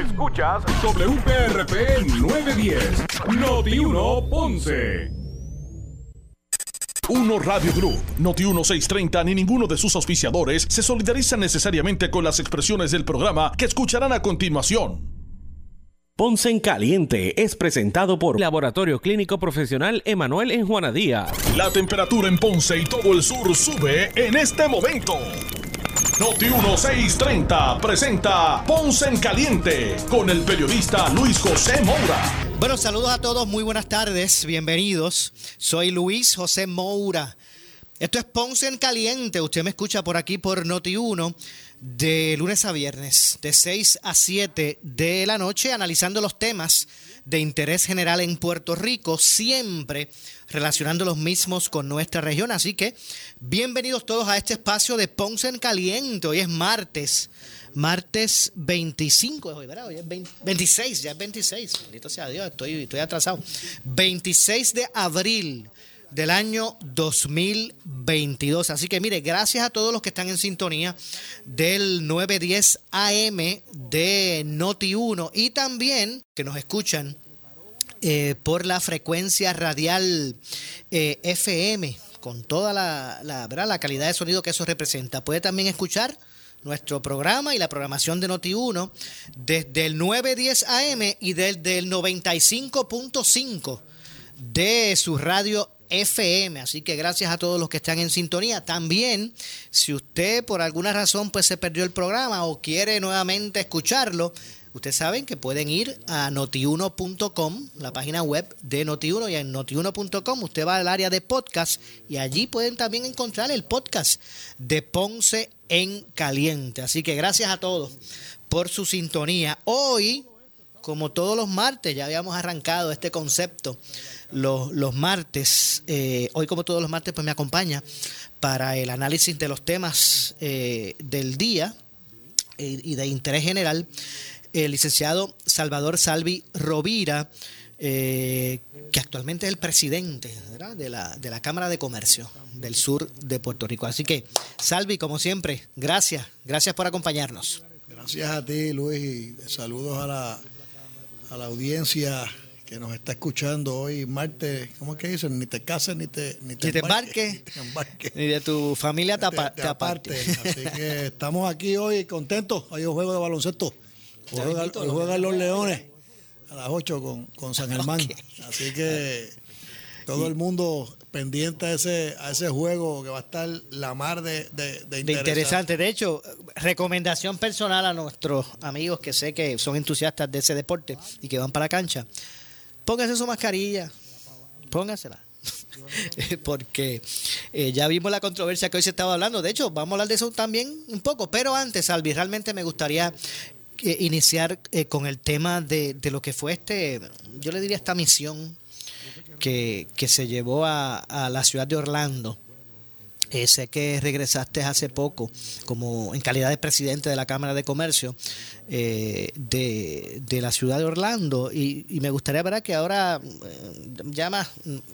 Escuchas WPRP 910, Noti 1 Ponce. Uno Radio Group, Noti 1630 ni ninguno de sus auspiciadores se solidarizan necesariamente con las expresiones del programa que escucharán a continuación. Ponce en Caliente es presentado por Laboratorio Clínico Profesional Emanuel en Juana Díaz. La temperatura en Ponce y todo el sur sube en este momento. Noti 1630 presenta Ponce en Caliente con el periodista Luis José Moura. Bueno, saludos a todos, muy buenas tardes, bienvenidos. Soy Luis José Moura. Esto es Ponce en Caliente. Usted me escucha por aquí por Noti 1 de lunes a viernes, de 6 a 7 de la noche, analizando los temas de interés general en Puerto Rico, siempre relacionando los mismos con nuestra región. Así que bienvenidos todos a este espacio de Ponce en Caliente. Hoy es martes 25 de hoy, ¿verdad? Hoy es 26, ya es 26. Bendito sea Dios, estoy atrasado. 26 de abril del año 2022. Así que mire, gracias a todos los que están en sintonía del 910 AM de Noti 1 y también que nos escuchan por la frecuencia radial FM con toda la calidad de sonido que eso representa. Puede también escuchar nuestro programa y la programación de Noti 1 desde el 910 AM y desde el 95.5 de su radio FM, así que gracias a todos los que están en sintonía. También, si usted por alguna razón pues se perdió el programa o quiere nuevamente escucharlo, ustedes saben que pueden ir a notiuno.com, la página web de Noti1, y en notiuno.com usted va al área de podcast y allí pueden también encontrar el podcast de Ponce en Caliente. Así que gracias a todos por su sintonía. Hoy, como todos los martes, ya habíamos arrancado este concepto los martes. Hoy, como todos los martes, pues me acompaña para el análisis de los temas del día y de interés general el licenciado Salvador Salvi Rovira, que actualmente es el presidente, ¿verdad?, de la Cámara de Comercio del sur de Puerto Rico. Así que, Salvi, como siempre, gracias por acompañarnos. Gracias a ti, Luis, y saludos a la audiencia que nos está escuchando hoy martes. ¿Cómo es que dicen? Ni te cases ni te embarques. Ni de tu familia te aparte. Así que estamos aquí hoy contentos. Hay un juego de baloncesto. Hoy juegan los Leones a las 8 con San Germán. Okay. Así que todo el mundo pendiente a ese juego que va a estar la mar de interesante. De hecho, recomendación personal a nuestros amigos que sé que son entusiastas de ese deporte y que van para la cancha. Póngase su mascarilla, póngasela. Porque ya vimos la controversia que hoy se estaba hablando. De hecho, vamos a hablar de eso también un poco. Pero antes, Salvi, realmente me gustaría iniciar con el tema de lo que fue yo le diría esta misión que se llevó a la ciudad de Orlando. Sé que regresaste hace poco como en calidad de presidente de la Cámara de Comercio de la ciudad de Orlando y me gustaría ver que ahora ya más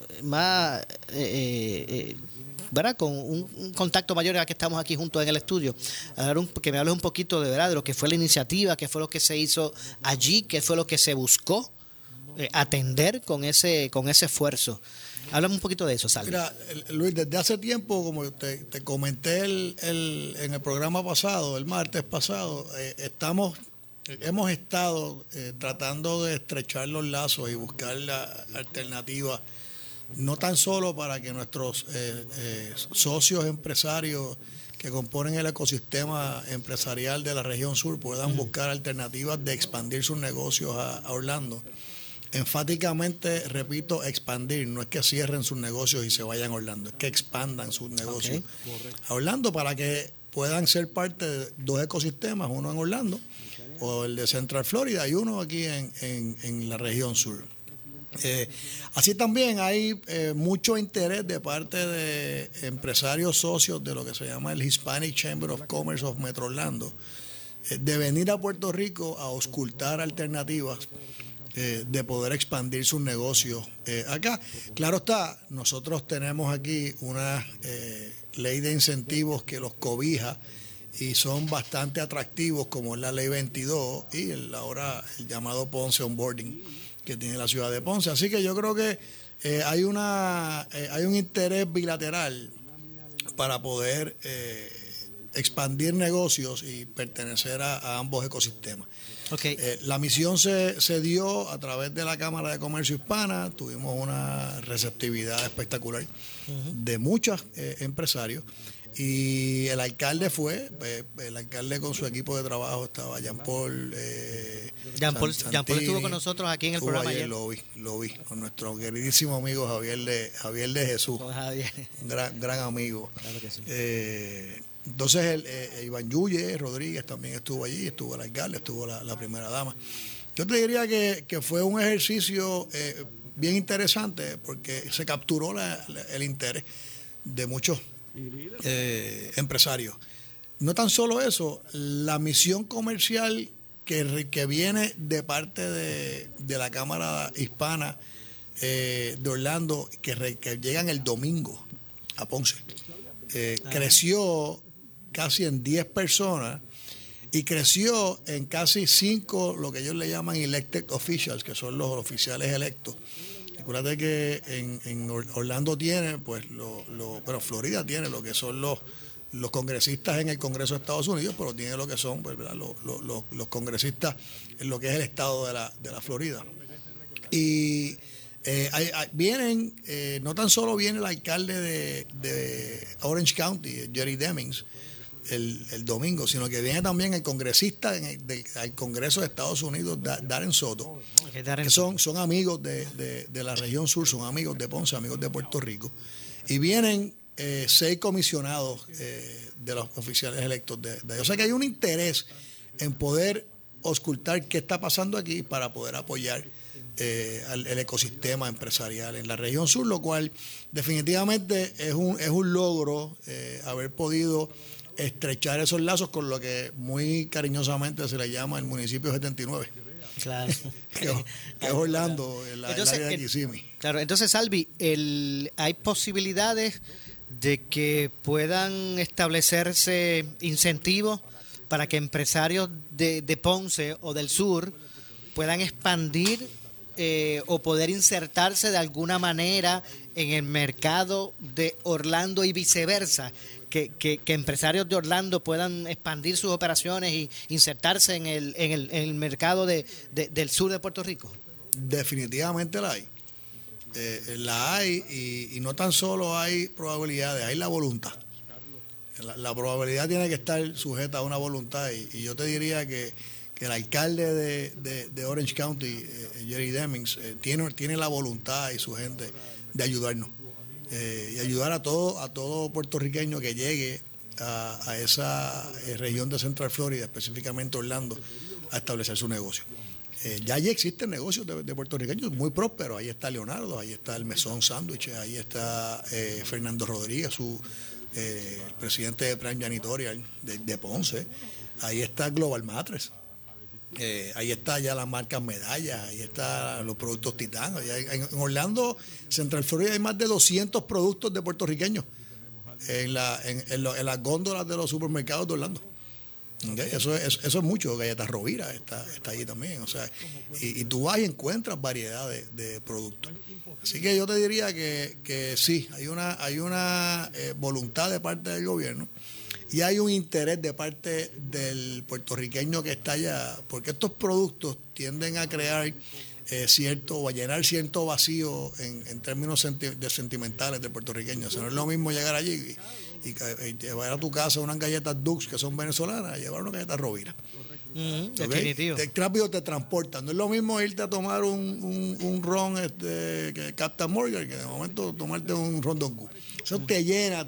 ¿verdad?, con un contacto mayor ya que estamos aquí juntos en el estudio, que me hables un poquito de lo que fue la iniciativa, qué fue lo que se hizo allí, qué fue lo que se buscó atender con ese esfuerzo. Háblame un poquito de eso, Salvi. Mira, Luis, desde hace tiempo, como te comenté en el programa pasado, el martes pasado, hemos estado tratando de estrechar los lazos y buscar la alternativa, no tan solo para que nuestros socios empresarios que componen el ecosistema empresarial de la región sur puedan buscar alternativas de expandir sus negocios a Orlando. Enfáticamente, repito, expandir, no es que cierren sus negocios y se vayan a Orlando, es que expandan sus negocios a Orlando para que puedan ser parte de dos ecosistemas, uno en Orlando o el de Central Florida y uno aquí en la región sur. Así también hay mucho interés de parte de empresarios socios de lo que se llama el Hispanic Chamber of Commerce of Metro Orlando, de venir a Puerto Rico a auscultar alternativas de poder expandir sus negocios acá. Claro está, nosotros tenemos aquí una ley de incentivos que los cobija y son bastante atractivos, como es la Ley 22 y ahora el llamado Ponce Onboarding que tiene la ciudad de Ponce. Así que yo creo que hay un interés bilateral para poder expandir negocios y pertenecer a ambos ecosistemas. Okay. La misión se dio a través de la Cámara de Comercio Hispana, tuvimos una receptividad espectacular de muchos empresarios, y el alcalde con su equipo de trabajo estaba Jean Paul estuvo con nosotros aquí en el programa ayer. Lo vi, con nuestro queridísimo amigo Javier de Jesús, un gran amigo. Claro que sí. Entonces Iván Yuye Rodríguez también estuvo allí, estuvo el alcalde, estuvo la primera dama. Yo te diría que fue un ejercicio bien interesante, porque se capturó el interés de muchos empresarios. No tan solo eso, la misión comercial que viene de parte de la Cámara Hispana de Orlando, que llegan el domingo a Ponce, creció casi en 10 personas y creció en casi 5 lo que ellos le llaman elected officials, que son los oficiales electos. Acuérdate que en Orlando tiene, pero Florida tiene lo que son los congresistas en el Congreso de Estados Unidos, pero tiene lo que son, pues, los congresistas en lo que es el estado de la Florida. Y vienen, no tan solo viene el alcalde de Orange County, Jerry Demings, el domingo, sino que viene también el congresista al Congreso de Estados Unidos, Darren Soto, que son amigos de la región sur, son amigos de Ponce, amigos de Puerto Rico, y vienen 6 comisionados de los oficiales electos de ellos. O sea que hay un interés en poder auscultar qué está pasando aquí para poder apoyar el ecosistema empresarial en la región sur, lo cual definitivamente es un logro haber podido estrechar esos lazos con lo que muy cariñosamente se le llama el municipio 79. Claro. que es Orlando, el área de Kissimmee. Claro, entonces, Albi, ¿hay posibilidades de que puedan establecerse incentivos para que empresarios de Ponce o del sur puedan expandir o poder insertarse de alguna manera en el mercado de Orlando y viceversa? Que empresarios de Orlando puedan expandir sus operaciones y insertarse en el mercado del sur de Puerto Rico. Definitivamente la hay. La hay, y no tan solo hay probabilidades, hay la voluntad. La probabilidad tiene que estar sujeta a una voluntad, y yo te diría que el alcalde de Orange County, Jerry Demings, tiene la voluntad y su gente de ayudarnos. Y ayudar a todo puertorriqueño que llegue a esa región de Central Florida, específicamente Orlando, a establecer su negocio. Ya allí existen negocios de puertorriqueños muy prósperos. Ahí está Leonardo, ahí está el Mesón Sándwich, ahí está Fernando Rodríguez, el presidente de Prime Janitorial de Ponce, ahí está Global Mattress. Ahí está ya las marcas Medallas, ahí están los productos Titán. En Orlando, Central Florida, hay más de 200 productos de puertorriqueños en las góndolas de los supermercados de Orlando. Okay. Eso es mucho. Galletas Rovira está ahí también. O sea, y tú vas y encuentras variedad de productos. Así que yo te diría que sí, hay una voluntad de parte del gobierno. Y hay un interés de parte del puertorriqueño que está allá, porque estos productos tienden a crear a llenar cierto vacío en términos sentimentales del puertorriqueño. O sea, no es lo mismo llegar allí y llevar a tu casa unas galletas Dux que son venezolanas, a llevar unas galletas Rovira. ¿Okay? Definitivo. Rápido te transportan. No es lo mismo irte a tomar un ron Captain Morgan que de momento tomarte un ron Don Q. Eso te llena,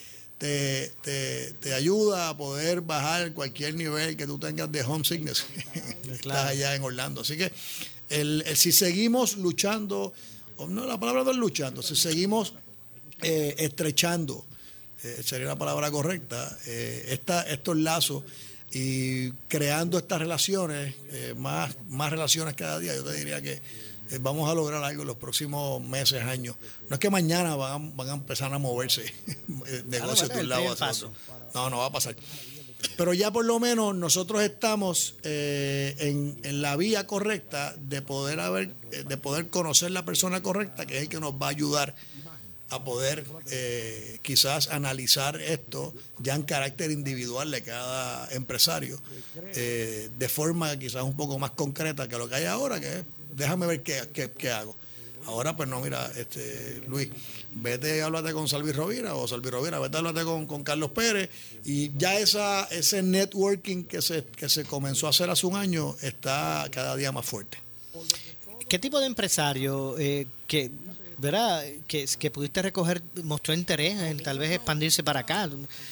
te ayuda a poder bajar cualquier nivel que tú tengas de homesickness. Estás allá en Orlando. Así que si seguimos luchando, no, la palabra no es luchando, si seguimos estrechando, sería la palabra correcta, estos lazos y creando estas relaciones, más relaciones cada día, yo te diría que vamos a lograr algo en los próximos meses, años. No es que mañana van a empezar a moverse negocios de un lado a otro. No va a pasar. Pero ya por lo menos nosotros estamos en la vía correcta de poder conocer la persona correcta, que es el que nos va a ayudar a poder quizás analizar esto ya en carácter individual de cada empresario, de forma quizás un poco más concreta que lo que hay ahora, que es, déjame ver qué hago. Ahora, pues no, mira, Luis, vete y háblate con Salvi Rovira, o Salvi Rovira, vete y háblate con Carlos Pérez, y ya ese networking que se comenzó a hacer hace un año está cada día más fuerte. ¿Qué tipo de empresario ¿verdad? que pudiste recoger mostró interés en tal vez expandirse para acá?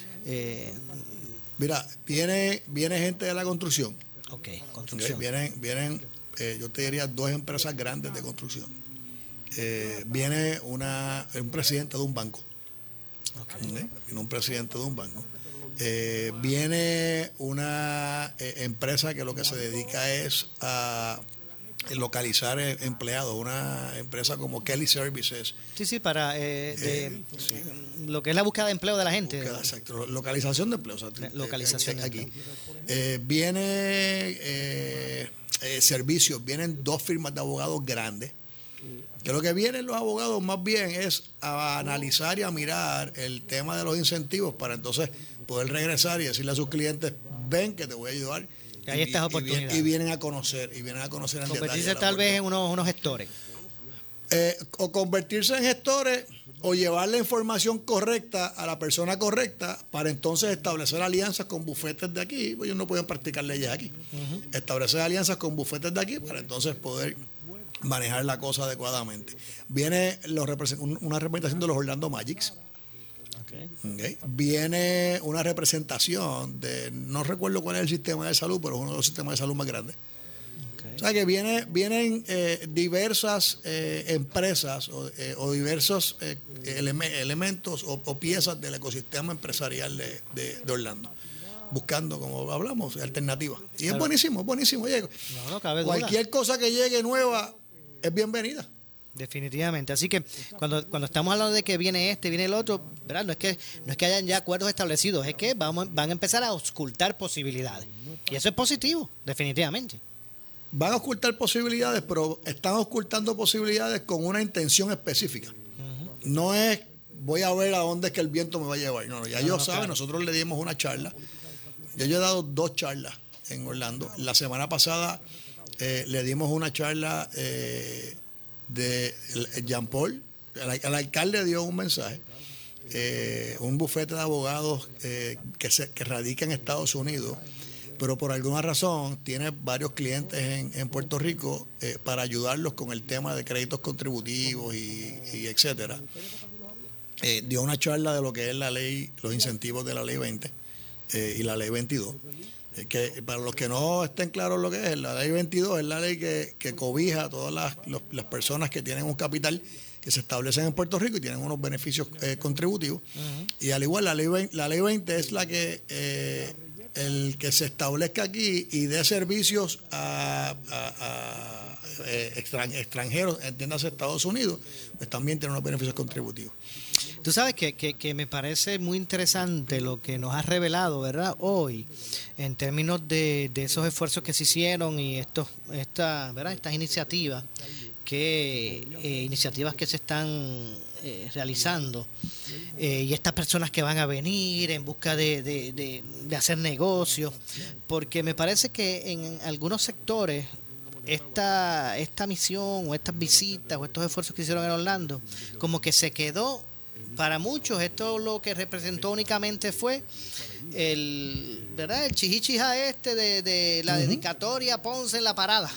Mira, viene gente de la construcción. Ok, construcción. Vienen yo te diría 2 empresas grandes de construcción. Viene un presidente de un banco. Okay. Viene un presidente de un banco. Viene una empresa que lo que se dedica es a localizar empleados, una empresa como Kelly Services. Sí, para lo que es la búsqueda de empleo de la gente. Exacto, localización de empleo. O sea, localización de aquí. Viene servicios, vienen 2 firmas de abogados grandes, que lo que vienen los abogados más bien es a analizar y a mirar el tema de los incentivos para entonces poder regresar y decirle a sus clientes, ven que te voy a ayudar. Ahí estas oportunidades. Y vienen a conocer en convertirse tal vez en unos gestores. O convertirse en gestores o llevar la información correcta a la persona correcta para entonces establecer alianzas con bufetes de aquí. Ellos no pueden practicar leyes aquí. Uh-huh. Establecer alianzas con bufetes de aquí para entonces poder manejar la cosa adecuadamente. Viene una representación de los Orlando Magics. Okay. Viene una representación de, no recuerdo cuál es el sistema de salud, pero es uno de los sistemas de salud más grandes. Okay. O sea que vienen diversas empresas o diversos elementos o piezas del ecosistema empresarial de Orlando, buscando, como hablamos, alternativas. Y claro. Es buenísimo. No cabe duda. Cualquier cosa que llegue nueva es bienvenida. Definitivamente. Así que cuando estamos hablando de que viene viene el otro, ¿verdad? No es que hayan ya acuerdos establecidos, es que van a empezar a ocultar posibilidades. Y eso es positivo, definitivamente. Van a ocultar posibilidades, pero están ocultando posibilidades con una intención específica. Uh-huh. No es voy a ver a dónde es que el viento me va a llevar. No, ya ellos saben, claro. Nosotros le dimos una charla. Yo he dado 2 charlas en Orlando. La semana pasada le dimos una charla de Jean Paul. El alcalde dio un mensaje. Un bufete de abogados que radica en Estados Unidos, pero por alguna razón tiene varios clientes en Puerto Rico para ayudarlos con el tema de créditos contributivos y etcétera. Dio una charla de lo que es la ley, los incentivos de la ley 20 y la ley 22. Que para los que no estén claros lo que es, la ley 22 es la ley que cobija a todas las personas que tienen un capital que se establecen en Puerto Rico y tienen unos beneficios contributivos. Uh-huh. Y al igual la ley 20 es la que el que se establezca aquí y dé servicios a extranjeros, entiéndase Estados Unidos, pues también tiene unos beneficios contributivos. Tú sabes que me parece muy interesante lo que nos has revelado, ¿verdad? Hoy, en términos de esos esfuerzos que se hicieron y estas iniciativas que se están realizando y estas personas que van a venir en busca de hacer negocios, porque me parece que en algunos sectores esta misión o estas visitas o estos esfuerzos que hicieron en Orlando como que se quedó. Para muchos esto lo que representó únicamente fue el chichichija de la dedicatoria Ponce en la parada.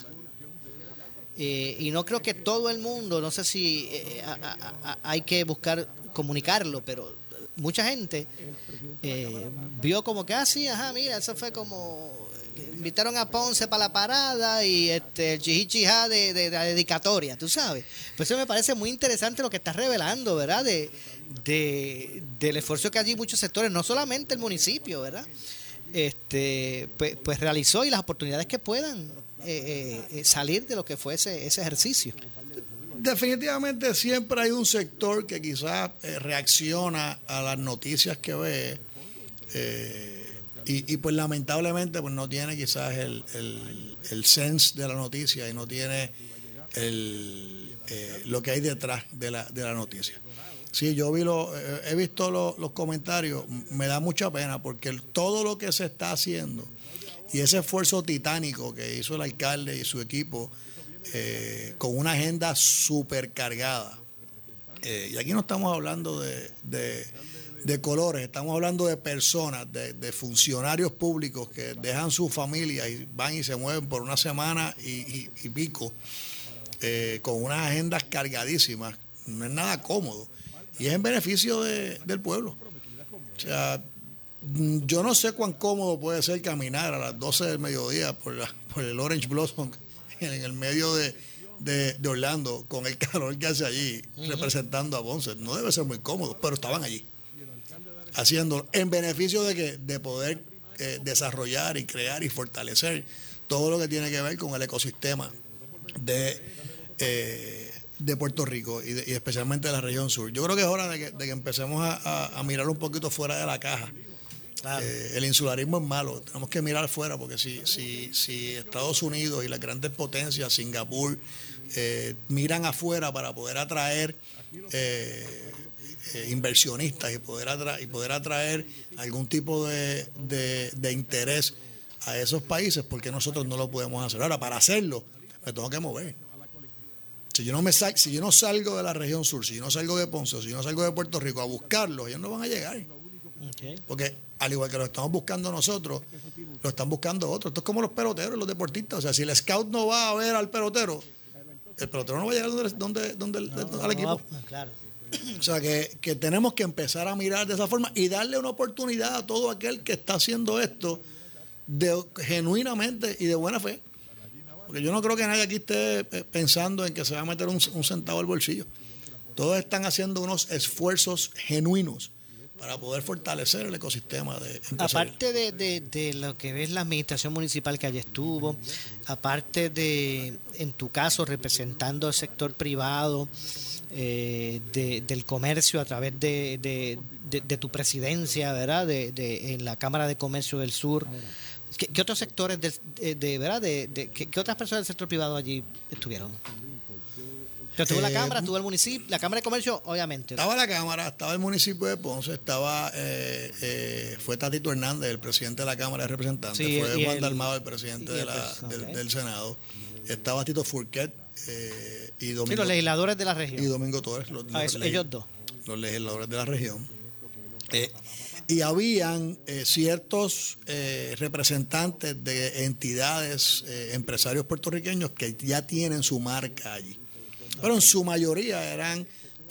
Y no creo que todo el mundo, no sé si hay que buscar comunicarlo, pero mucha gente vio como que mira, eso fue como invitaron a Ponce para la parada y el chichichija de la dedicatoria, tú sabes. Pues eso me parece muy interesante lo que estás revelando, ¿verdad? Del esfuerzo que allí muchos sectores, no solamente el municipio, ¿verdad? Pues realizó y las oportunidades que puedan salir de lo que fue ese ejercicio. Definitivamente siempre hay un sector que quizás reacciona a las noticias que ve Y pues lamentablemente pues no tiene quizás el sense de la noticia y no tiene lo que hay detrás de la noticia. Sí, yo he visto los comentarios, me da mucha pena porque todo lo que se está haciendo y ese esfuerzo titánico que hizo el alcalde y su equipo con una agenda súper cargada. Y aquí no estamos hablando de colores, estamos hablando de personas, de funcionarios públicos que dejan su familia y van y se mueven por una semana y pico con unas agendas cargadísimas. No es nada cómodo y es en beneficio del pueblo. O sea, yo no sé cuán cómodo puede ser caminar a las 12 del mediodía por el Orange Blossom en el medio de Orlando con el calor que hace allí, representando a Ponce. No debe ser muy cómodo, pero estaban allí haciéndolo en beneficio de poder desarrollar y crear y fortalecer todo lo que tiene que ver con el ecosistema de Puerto Rico y especialmente de la región sur. Yo creo que es hora de que empecemos a mirar un poquito fuera de la caja. Claro. El insularismo es malo, tenemos que mirar fuera porque si Estados Unidos y las grandes potencias, Singapur, miran afuera para poder atraer inversionistas y poder atraer algún tipo de interés a esos países, porque nosotros no lo podemos hacer. Ahora, para hacerlo, me tengo que mover. Si yo no salgo de la región sur, si yo no salgo de Ponce, si yo no salgo de Puerto Rico a buscarlos, ellos no van a llegar. Okay. Porque al igual que lo estamos buscando nosotros, lo están buscando otros. Esto es como los peloteros, los deportistas. O sea, si el scout no va a ver al pelotero, el pelotero no va a llegar al equipo. Claro. O sea, que tenemos que empezar a mirar de esa forma y darle una oportunidad a todo aquel que está haciendo esto genuinamente y de buena fe. Porque yo no creo que nadie aquí esté pensando en que se va a meter un centavo al bolsillo. Todos están haciendo unos esfuerzos genuinos para poder fortalecer el ecosistema de aparte de lo que es la administración municipal que allí estuvo, aparte de, en tu caso, representando el sector privado, del comercio a través de tu presidencia, ¿verdad? En la Cámara de Comercio del Sur. ¿Qué otros sectores ¿verdad? ¿Qué otras personas del sector privado allí estuvieron? Estuvo la Cámara, estuvo el municipio, la Cámara de Comercio, obviamente. Estaba la Cámara, estaba el municipio de Ponce, fue Tatito Hernández, el presidente de la Cámara de Representantes, sí, fue Juan Dalmau, el presidente del Senado, estaba Tito Fourquet y Domingo. Sí, los legisladores de la región. Y Domingo Torres, ellos dos. Los legisladores de la región. Y habían ciertos representantes de entidades, empresarios puertorriqueños que ya tienen su marca allí. Pero en su mayoría eran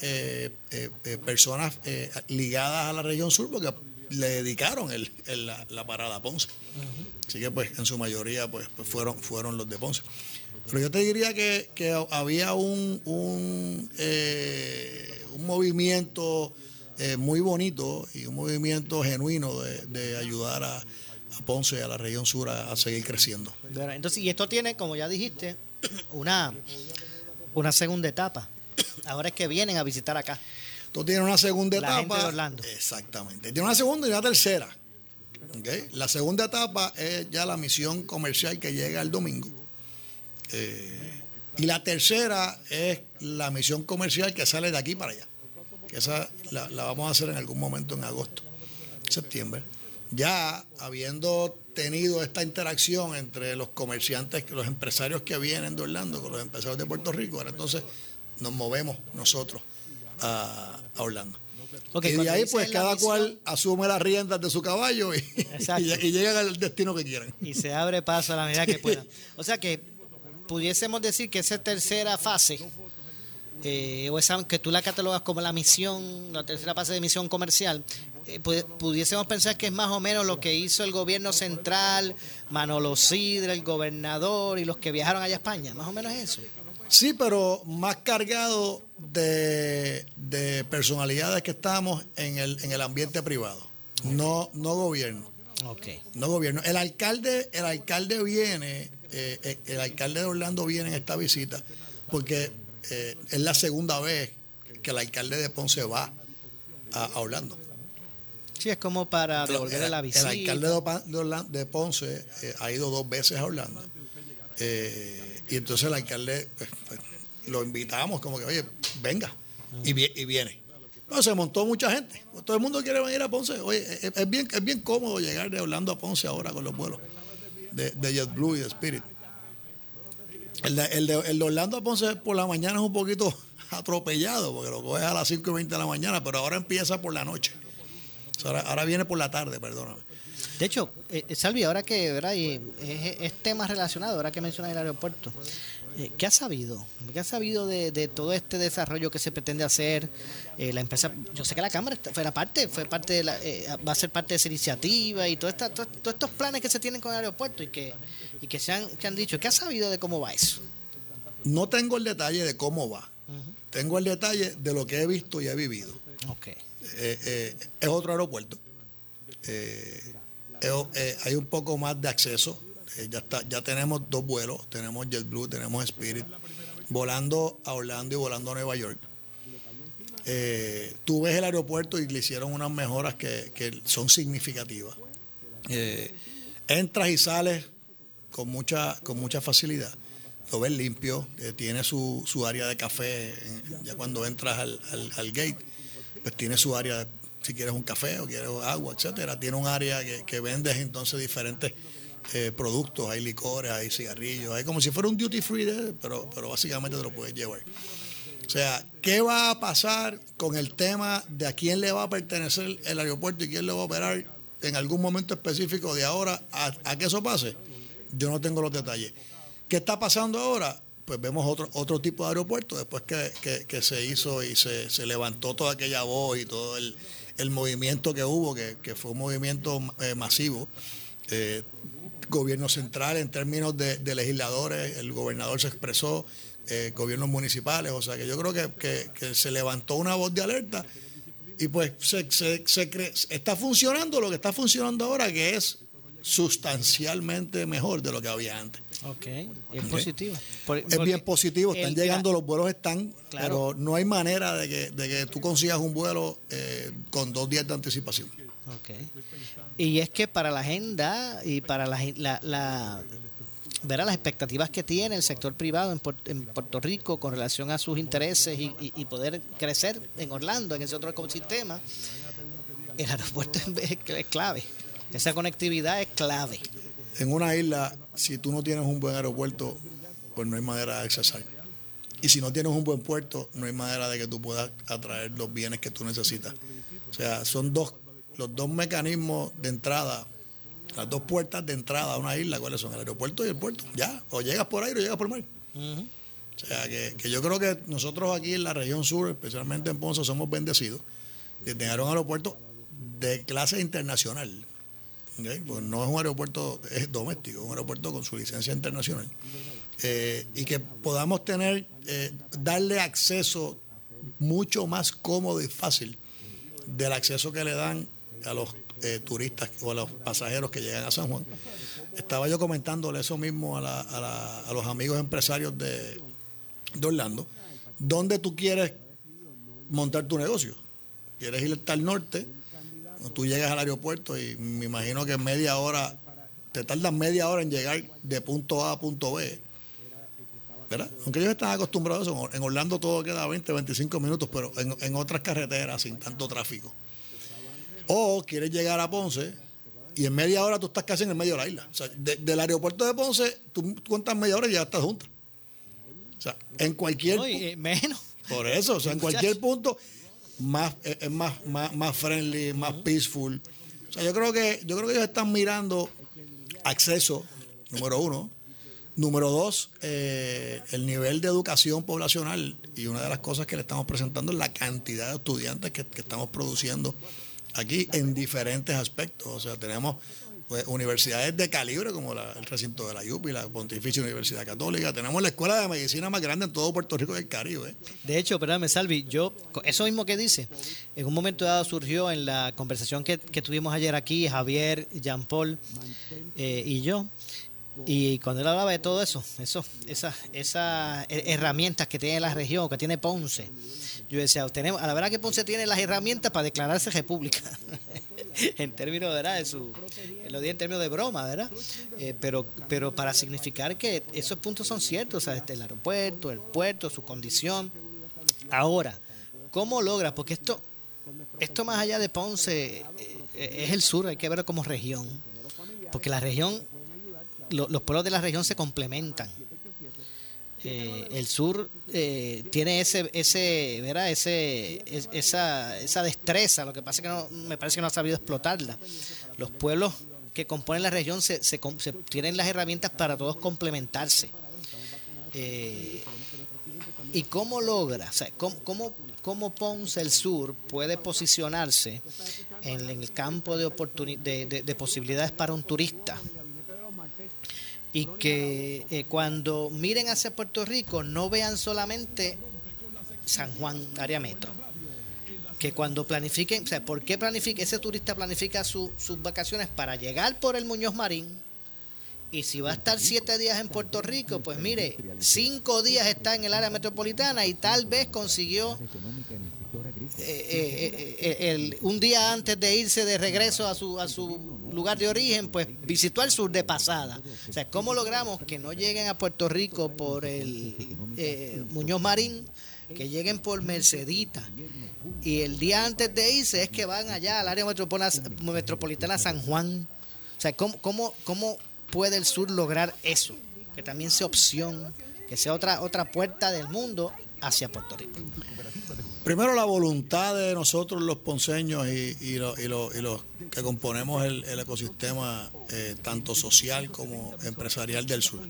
personas ligadas a la región sur porque le dedicaron la parada a Ponce. Así que pues en su mayoría pues fueron los de Ponce. Pero yo te diría que había un movimiento muy bonito y un movimiento genuino de ayudar a Ponce y a la región sur a seguir creciendo. Entonces, y esto tiene, como ya dijiste, una segunda etapa. Ahora es que vienen a visitar acá. Esto tiene una segunda etapa. La gente de Orlando. Exactamente. Tiene una segunda y una tercera. ¿Okay? La segunda etapa es ya la misión comercial que llega el domingo. Y la tercera es la misión comercial que sale de aquí para allá. Que esa la vamos a hacer en algún momento en agosto, septiembre. Ya habiendo tenido esta interacción entre los comerciantes, los empresarios que vienen de Orlando con los empresarios de Puerto Rico, ahora entonces nos movemos nosotros a Orlando. Okay, y de ahí pues cada cual asume las riendas de su caballo y llegan al destino que quieran. Y se abre paso a la medida que puedan. O sea que pudiésemos decir que esa tercera fase, o esa que tú la catalogas como la tercera fase de misión comercial, pudiésemos pensar que es más o menos lo que hizo el gobierno central, Manolo Sidre, el gobernador y los que viajaron allá a España, más o menos eso. Sí, pero más cargado de personalidades que estamos en el ambiente privado, no gobierno. Okay. No gobierno. El alcalde viene, el alcalde de Orlando viene en esta visita porque es la segunda vez que el alcalde de Ponce va a Orlando. Sí, es como para devolverle la visita. El alcalde de Ponce ha ido 2 veces a Orlando. Y entonces el alcalde pues, lo invitamos como que, oye, venga, y viene. No, se montó mucha gente. Todo el mundo quiere venir a Ponce. Oye, es bien cómodo llegar de Orlando a Ponce ahora con los vuelos de JetBlue y de Spirit. El de Orlando a Ponce por la mañana es un poquito atropellado, porque lo coges a las 5:20 de la mañana, pero ahora empieza por la noche. O sea, ahora viene por la tarde, perdóname. De hecho, Salvi, ahora que, ¿verdad? Y es tema relacionado, ahora que mencionas el aeropuerto, ¿qué has sabido? ¿Qué has sabido de todo este desarrollo que se pretende hacer? La empresa, yo sé que la Cámara fue parte de va a ser parte de esa iniciativa y todos estos planes que se tienen con el aeropuerto y que se han dicho. ¿Qué has sabido de cómo va eso? No tengo el detalle de cómo va. Uh-huh. Tengo el detalle de lo que he visto y he vivido. Okay. Es otro aeropuerto. Hay un poco más de acceso. Ya tenemos 2 vuelos. Tenemos JetBlue, tenemos Spirit, volando a Orlando y volando a Nueva York. Tú ves el aeropuerto y le hicieron unas mejoras que son significativas. Entras y sales con mucha facilidad. Lo ves limpio, tiene su área de café. Ya cuando entras al gate, pues tiene su área, si quieres un café o quieres agua, etcétera. Tiene un área que vendes entonces diferentes productos. Hay licores, hay cigarrillos, hay como si fuera un duty free, pero básicamente te lo puedes llevar. O sea, ¿qué va a pasar con el tema de a quién le va a pertenecer el aeropuerto y quién lo va a operar en algún momento específico de ahora a que eso pase? Yo no tengo los detalles. ¿Qué está pasando ahora? Pues vemos otro tipo de aeropuerto después que se hizo y se levantó toda aquella voz y todo el movimiento que hubo, que fue un movimiento masivo. Gobierno central en términos de legisladores, el gobernador se expresó, gobiernos municipales, o sea que yo creo que se levantó una voz de alerta y pues está funcionando lo que está funcionando ahora, que es sustancialmente mejor de lo que había antes. Ok, es positivo. Es bien positivo, están llegando, los vuelos están, claro. Pero no hay manera de que tú consigas un vuelo con 2 días de anticipación. Ok. Y es que para la agenda y para ver las expectativas que tiene el sector privado en Puerto Rico con relación a sus intereses y poder crecer en Orlando, en ese otro ecosistema, el aeropuerto es clave. Esa conectividad es clave. En una isla, si tú no tienes un buen aeropuerto, pues no hay manera de accesar. Y si no tienes un buen puerto, no hay manera de que tú puedas atraer los bienes que tú necesitas. O sea, son los 2 mecanismos de entrada, las 2 puertas de entrada a una isla. ¿Cuáles son? El aeropuerto y el puerto. Ya, o llegas por aire o llegas por mar. Uh-huh. O sea, que yo creo que nosotros aquí en la región sur, especialmente en Ponce, somos bendecidos de tener un aeropuerto de clase internacional. ¿Okay? Pues no es un aeropuerto doméstico, es un aeropuerto con su licencia internacional. Y que podamos darle acceso mucho más cómodo y fácil del acceso que le dan a los turistas o a los pasajeros que llegan a San Juan. Estaba yo comentándole eso mismo a los amigos empresarios de Orlando. ¿Dónde tú quieres montar tu negocio? ¿Quieres ir al norte? Tú llegas al aeropuerto y me imagino que te tardan media hora en llegar de punto A a punto B, ¿verdad? Aunque ellos están acostumbrados a eso. En Orlando todo queda 20, 25 minutos, pero en otras carreteras sin tanto tráfico. O quieres llegar a Ponce y en media hora tú estás casi en el medio de la isla. O sea, del aeropuerto de Ponce, tú cuentas media hora y ya estás junta. O sea, en cualquier... No, menos. Por eso, o sea, en cualquier punto... es más friendly, más peaceful. O sea, yo creo que ellos están mirando acceso, número 1. Número 2, el nivel de educación poblacional. Y una de las cosas que le estamos presentando es la cantidad de estudiantes que estamos produciendo aquí en diferentes aspectos. O sea, tenemos universidades de calibre como el recinto de la UPI, la Pontificia Universidad Católica. Tenemos la escuela de medicina más grande en todo Puerto Rico y el Caribe. De hecho, perdóname, Salvi, eso mismo que dice, en un momento dado surgió en la conversación que tuvimos ayer aquí, Javier, Jean Paul y yo, y cuando él hablaba de todo esas herramientas que tiene la región, que tiene Ponce, yo decía, a la verdad que Ponce tiene las herramientas para declararse república. en términos, ¿verdad? Lo di en términos de broma, ¿verdad? Pero para significar que esos puntos son ciertos, o sea, el aeropuerto, el puerto, su condición. Ahora, ¿cómo logra? Porque esto más allá de Ponce es el sur, hay que verlo como región, porque la región, los pueblos de la región se complementan. El sur tiene ¿verdad? esa destreza. Lo que pasa es que me parece que no ha sabido explotarla. Los pueblos que componen la región se tienen las herramientas para todos complementarse. ¿Y cómo logra? O sea, ¿cómo Ponce, el sur, puede posicionarse en el campo de posibilidades para un turista? Y que cuando miren hacia Puerto Rico no vean solamente San Juan, área metro. Que cuando planifiquen, o sea, ¿por qué ese turista planifica sus vacaciones para llegar por el Muñoz Marín? Y si va a estar 7 días en Puerto Rico, pues mire, 5 días está en el área metropolitana y tal vez consiguió un día antes de irse de regreso a su lugar de origen, pues visitó el sur de pasada. O sea, ¿cómo logramos que no lleguen a Puerto Rico por el Muñoz Marín, que lleguen por Mercedita? Y el día antes de irse es que van allá al área metropolitana San Juan. O sea, ¿cómo puede el sur lograr eso? Que también sea opción, que sea otra puerta del mundo hacia Puerto Rico. Primero, la voluntad de nosotros los ponceños y los que componemos el ecosistema tanto social como empresarial del sur.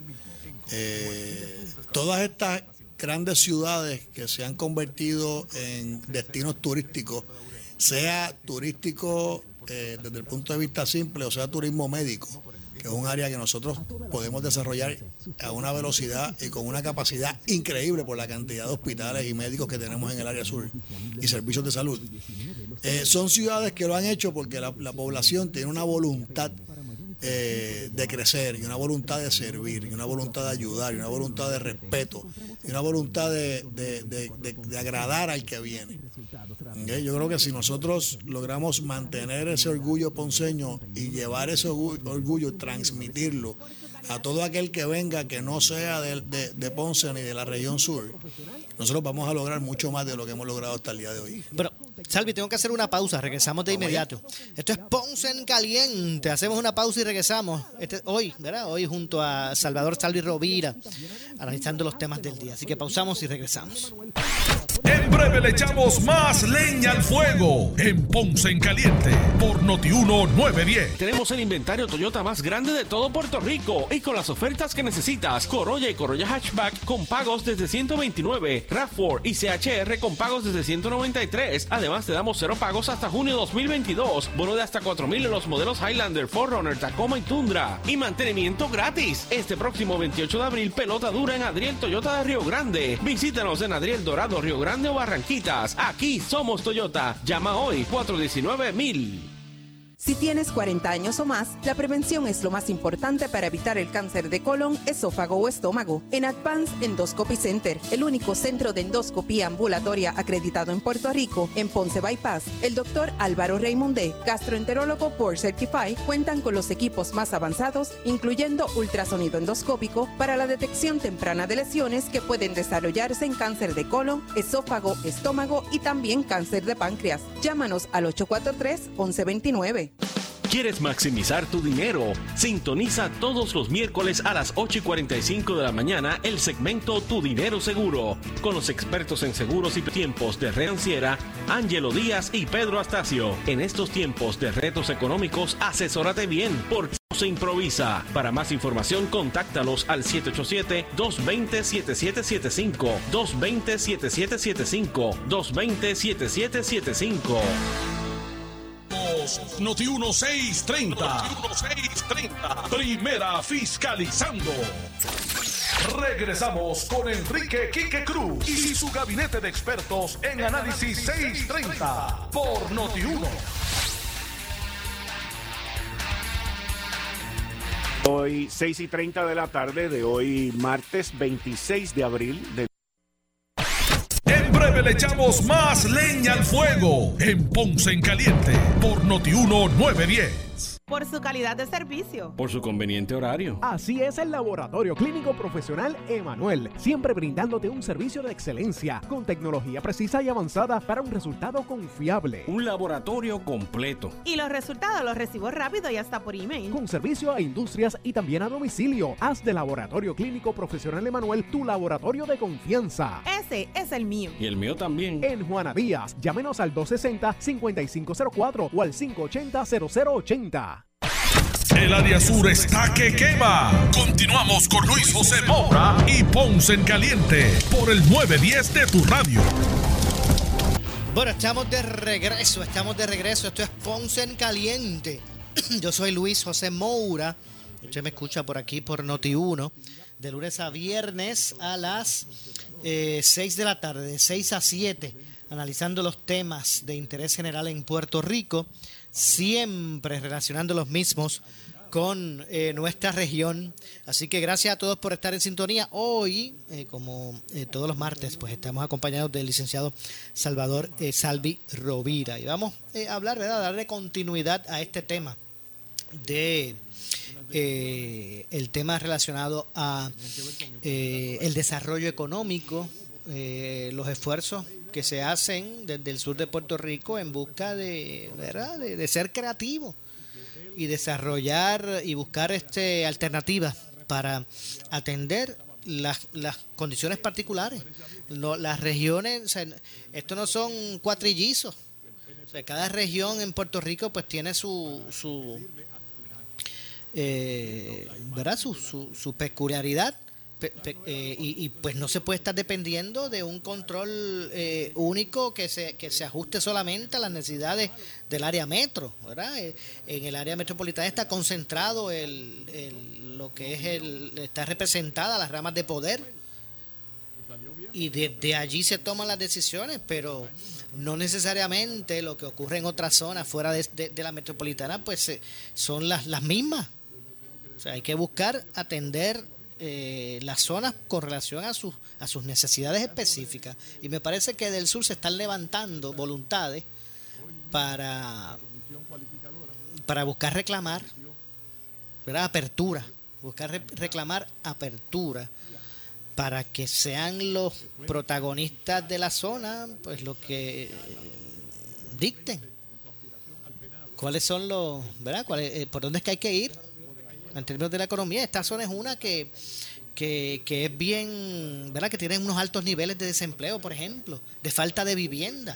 Todas estas grandes ciudades que se han convertido en destinos turísticos, sea turístico desde el punto de vista simple o sea turismo médico, que es un área que nosotros podemos desarrollar a una velocidad y con una capacidad increíble por la cantidad de hospitales y médicos que tenemos en el área sur y servicios de salud. Son ciudades que lo han hecho porque la población tiene una voluntad de crecer y una voluntad de servir y una voluntad de ayudar y una voluntad de respeto y una voluntad de agradar al que viene. ¿Okay? Yo creo que si nosotros logramos mantener ese orgullo ponceño y llevar ese orgullo, transmitirlo a todo aquel que venga que no sea de Ponce ni de la región sur, nosotros vamos a lograr mucho más de lo que hemos logrado hasta el día de hoy. Pero, Salvi, tengo que hacer una pausa, regresamos de inmediato. Esto es Ponce en Caliente, hacemos una pausa y regresamos hoy, ¿verdad? Hoy junto a Salvador Salvi Rovira, analizando los temas del día. Así que pausamos y regresamos. En breve le echamos más leña al fuego en Ponce en Caliente por Noti1 910. Tenemos el inventario Toyota más grande de todo Puerto Rico y con las ofertas que necesitas. Corolla y Corolla Hatchback con pagos desde $129, RAV4 y CHR con pagos desde $193. Además te damos 0 pagos hasta junio 2022, bono de hasta $4,000 en los modelos Highlander, 4Runner, Tacoma y Tundra y mantenimiento gratis. Este próximo 28 de abril, pelota dura en Adriel Toyota de Río Grande. Visítanos en Adriel Dorado, Río Grande o Barranquitas. Aquí somos Toyota. Llama hoy 419-1000. Si tienes 40 años o más, la prevención es lo más importante para evitar el cáncer de colon, esófago o estómago. En Advance Endoscopy Center, el único centro de endoscopía ambulatoria acreditado en Puerto Rico, en Ponce Bypass, el doctor Álvaro Raymondé, gastroenterólogo Board Certified, cuentan con los equipos más avanzados, incluyendo ultrasonido endoscópico para la detección temprana de lesiones que pueden desarrollarse en cáncer de colon, esófago, estómago y también cáncer de páncreas. Llámanos al 843-1129. ¿Quieres maximizar tu dinero? Sintoniza todos los miércoles a las 8:45 de la mañana el segmento Tu Dinero Seguro, con los expertos en seguros y tiempos de red financiera, Ángelo Díaz y Pedro Astacio. En estos tiempos de retos económicos, asesórate bien, porque no se improvisa. Para más información, contáctalos al 787-220-7775, 220-7775, 220-7775. Noti1 630. Primera fiscalizando. Regresamos con Enrique Quique Cruz y su gabinete de expertos en Análisis 630 por Noti1. Hoy 6:30 de la tarde de hoy martes 26 de abril del... En breve 9 le echamos más leña al fuego en Ponce en Caliente por Noti1 910. Por su calidad de servicio. Por su conveniente horario. Así es el Laboratorio Clínico Profesional Emanuel, siempre brindándote un servicio de excelencia, con tecnología precisa y avanzada para un resultado confiable. Un laboratorio completo. Y los resultados los recibo rápido y hasta por email. Con servicio a industrias y también a domicilio. Haz de Laboratorio Clínico Profesional Emanuel tu laboratorio de confianza. Ese es el mío. Y el mío también. En Juana Díaz, llámenos al 260-5504 o al 580-0080. El área sur está que quema. Continuamos con Luis José Moura y Ponce en Caliente por el 910 de tu radio. Bueno, estamos de regreso. Esto es Ponce en Caliente. Yo soy Luis José Moura. Usted me escucha por aquí por Noti1, de lunes a viernes a las 6 de la tarde, de 6 a 7, analizando los temas de interés general en Puerto Rico, siempre relacionando los mismos con nuestra región. Así que gracias a todos por estar en sintonía. Hoy, como todos los martes, pues estamos acompañados del licenciado Salvador Salvi Rovira. Y vamos a hablar, ¿verdad?, darle continuidad a este tema de el tema relacionado a el desarrollo económico, los esfuerzos que se hacen desde el sur de Puerto Rico en busca de, ¿verdad?, de ser creativo y desarrollar y buscar alternativas para atender las condiciones particulares. Las regiones, o sea, esto no son cuatrillizos. O sea, cada región en Puerto Rico pues tiene su ¿verdad?, su peculiaridad. Y pues no se puede estar dependiendo de un control único que se ajuste solamente a las necesidades del área metro, ¿verdad? En el área metropolitana está concentrado lo que es está representada las ramas de poder, y desde allí se toman las decisiones, pero no necesariamente lo que ocurre en otras zonas fuera de la metropolitana pues son las mismas. O sea, hay que buscar atender las zonas con relación a sus necesidades específicas, y me parece que del sur se están levantando voluntades para buscar reclamar, ¿verdad?, apertura, reclamar apertura para que sean los protagonistas de la zona pues lo que dicten cuáles son los, ¿verdad?, por dónde es que hay que ir en términos de la economía. Esta zona es una que es bien, ¿verdad?, que tiene unos altos niveles de desempleo, por ejemplo, de falta de vivienda.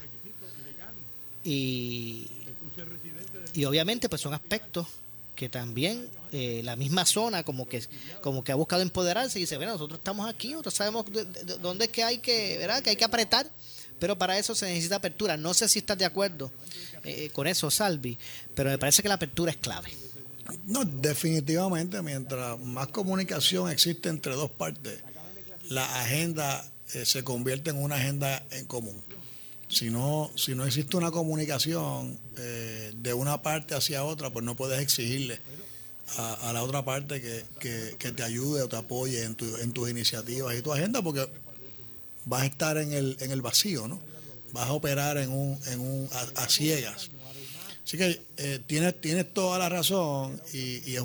Y obviamente pues son aspectos que también la misma zona como que ha buscado empoderarse y dice, bueno, nosotros estamos aquí, nosotros sabemos dónde es que hay que, ¿verdad?, que hay que apretar, pero para eso se necesita apertura. No sé si estás de acuerdo con eso, Salvi, pero me parece que la apertura es clave. No, definitivamente, mientras más comunicación existe entre dos partes, la agenda se convierte en una agenda en común. Si no existe una comunicación de una parte hacia otra, pues no puedes exigirle a la otra parte que te ayude o te apoye en tus iniciativas y tu agenda, porque vas a estar en el vacío, ¿no? Vas a operar a ciegas. Así que tienes toda la razón, y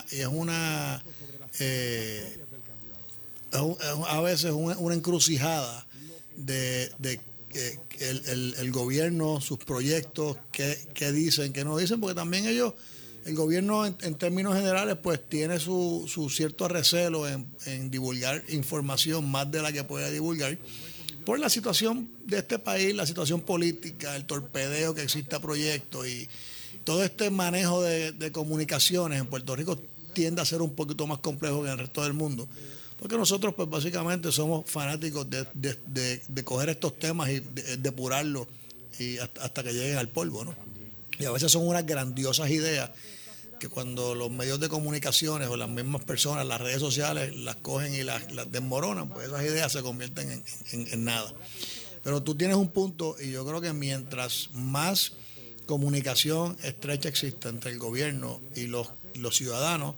a veces una encrucijada de el gobierno, sus proyectos, qué dicen, qué no dicen, porque también el gobierno en términos generales pues tiene su cierto recelo en divulgar información más de la que puede divulgar, por la situación de este país, la situación política, el torpedeo que existe a proyectos, y todo este manejo de comunicaciones en Puerto Rico tiende a ser un poquito más complejo que en el resto del mundo, porque nosotros pues básicamente somos fanáticos de coger estos temas y depurarlos y hasta que lleguen al polvo, ¿no? Y a veces son unas grandiosas ideas que cuando los medios de comunicaciones o las mismas personas, las redes sociales, las cogen y las desmoronan, pues esas ideas se convierten en nada. Pero tú tienes un punto, y yo creo que mientras más comunicación estrecha exista entre el gobierno y los ciudadanos,